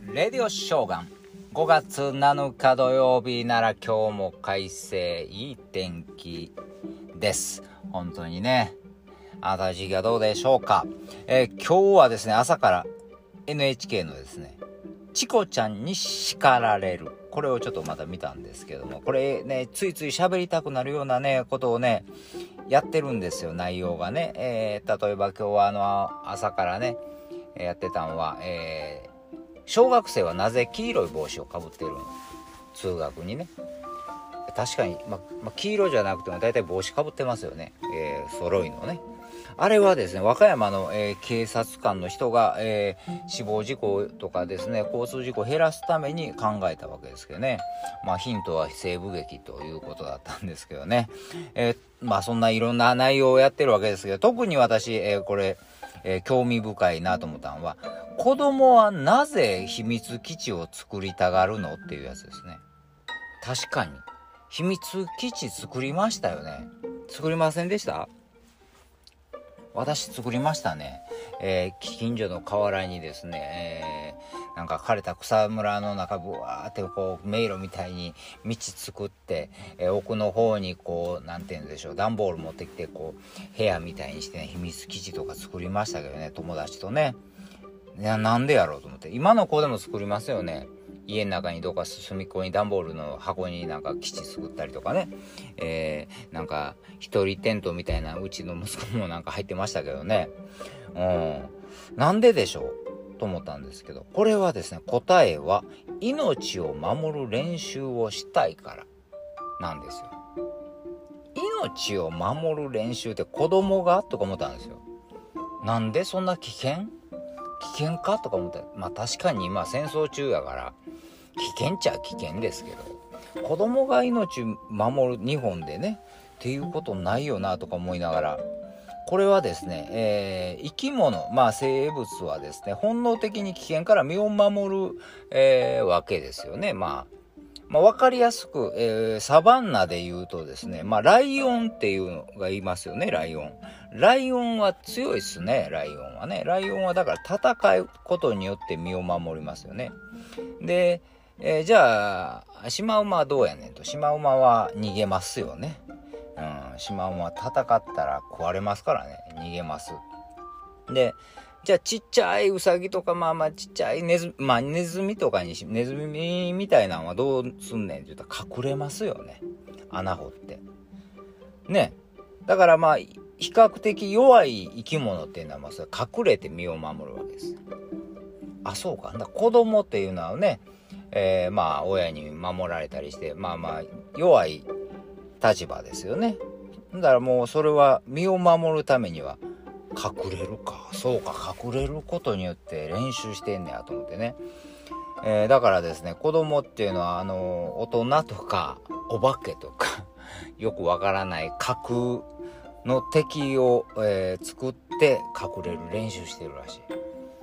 レディオショーガン5月7日土曜日なら今日も快晴いい天気です。本当にね、あなたの時期はどうでしょうか。今日はですね、朝から NHK のですね、チコちゃんに叱られる、これをちょっとまた見たんですけども、これね、ついつい喋りたくなるようなねことをねやってるんですよ、内容がね。例えば今日は朝からねやってたのは、小学生はなぜ黄色い帽子をかぶってるの、通学にね。確かに、黄色じゃなくても大体帽子かぶってますよね、揃いのね。あれはですね、和歌山の、警察官の人が、死亡事故とかですね、交通事故を減らすために考えたわけですけどね。ヒントは西部劇ということだったんですけどね。そんないろんな内容をやってるわけですけど、特に私、これ、興味深いなと思ったのは、子供はなぜ秘密基地を作りたがるのっていうやつですね。確かに秘密基地作りましたよね。作りませんでした？私作りましたね。近所の河原にですね、なんか枯れた草むらの中ぶわーってこう迷路みたいに道作って、奥の方にこうなんて言うんでしょう、段ボール持ってきてこう部屋みたいにしてね、秘密基地とか作りましたけどね、友達とね。いや、なんでやろうと思って。今の子でも作りますよね。家の中にどっか隅っこに段ボールの箱になんか基地作ったりとかね。なんか一人テントみたいな、うちの息子もなんか入ってましたけどね。なんででしょうと思ったんですけど、これはですね、答えは命を守る練習をしたいからなんですよ。命を守る練習って子供がとか思ったんですよ。なんでそんな危険かとか思った。確かに今戦争中やから危険っちゃ危険ですけど、子供が命守る日本でねっていうことないよなとか思いながら、これはですね、生き物、生物はですね、本能的に危険から身を守る、わけですよね。分かりやすく、サバンナで言うとですね、ライオンっていうのがいますよね。ライオンは強いですね。ライオンはだから戦うことによって身を守りますよね。で、じゃあシマウマはどうやねんと。シマウマは逃げますよね。シマウマは戦ったら食われますからね、逃げます。で、じゃあちっちゃいウサギとかちっちゃいネズミとかにネズミみたいなのはどうすんねんって言ったら隠れますよね。穴掘ってね。だから比較的弱い生き物っていうのはそれ隠れて身を守るわけです。そうか。子供っていうのはね、親に守られたりして弱い立場ですよね。だからもうそれは身を守るためには隠れるか。そうか、隠れることによって練習してんねやと思ってね。だからですね、子供っていうのは大人とかお化けとかよくわからない架空の敵を、作って隠れる練習してるらしい。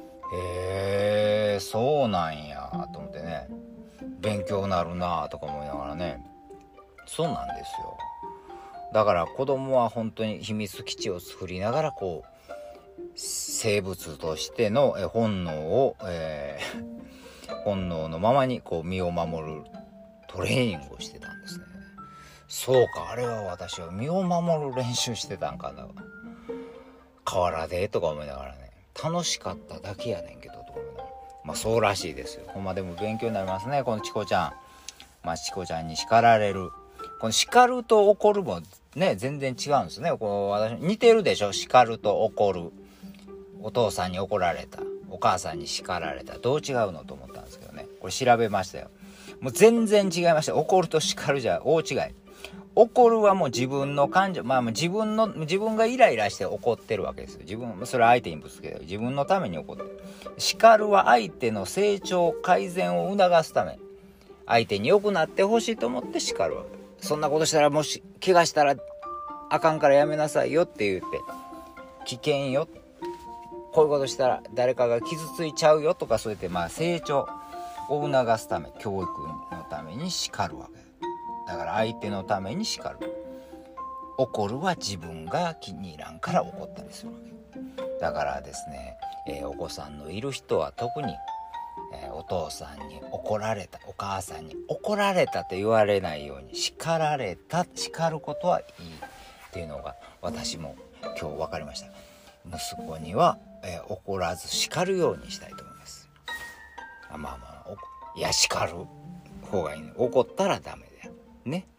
そうなんやと思ってね、勉強になるなとか思いながらね。そうなんですよ。だから子供は本当に秘密基地を作りながらこう生物としての本能を、本能のままにこう身を守るトレーニングをしてたんですね。そうか、あれは私は身を守る練習してたんかな、河原でとか思いながらね。楽しかっただけやねんけどとか思いながら、そうらしいですよ。でも勉強になりますね、このチコちゃん。チコちゃんに叱られる、この叱ると怒るもね全然違うんですね。私似てるでしょ。叱ると怒る、お父さんに怒られた、お母さんに叱られた、どう違うのと思ったんですけどね。これ調べましたよ。もう全然違いました。怒ると叱るじゃ大違い。怒るはもう自分の感情、自分がイライラして怒ってるわけですよ。それは相手にぶつけて自分のために怒ってる。叱るは相手の成長改善を促すため、相手に良くなってほしいと思って叱るわけ。そんなことしたらもし怪我したらあかんからやめなさいよって言って、危険よ、こういうことしたら誰かが傷ついちゃうよとか、そうやって成長を促すため、教育のために叱るわけだから、相手のために叱る。怒るは自分が気に入らんから怒ったりするわけだからですね、お子さんのいる人は特に、 お父さんに怒られた、お母さんに怒られたと言われないように、叱られた、叱ることはいいっていうのが私も今日分かりました。息子には、怒らず叱るようにしたいと思います。いや叱る方がいいね。怒ったらダメだよね。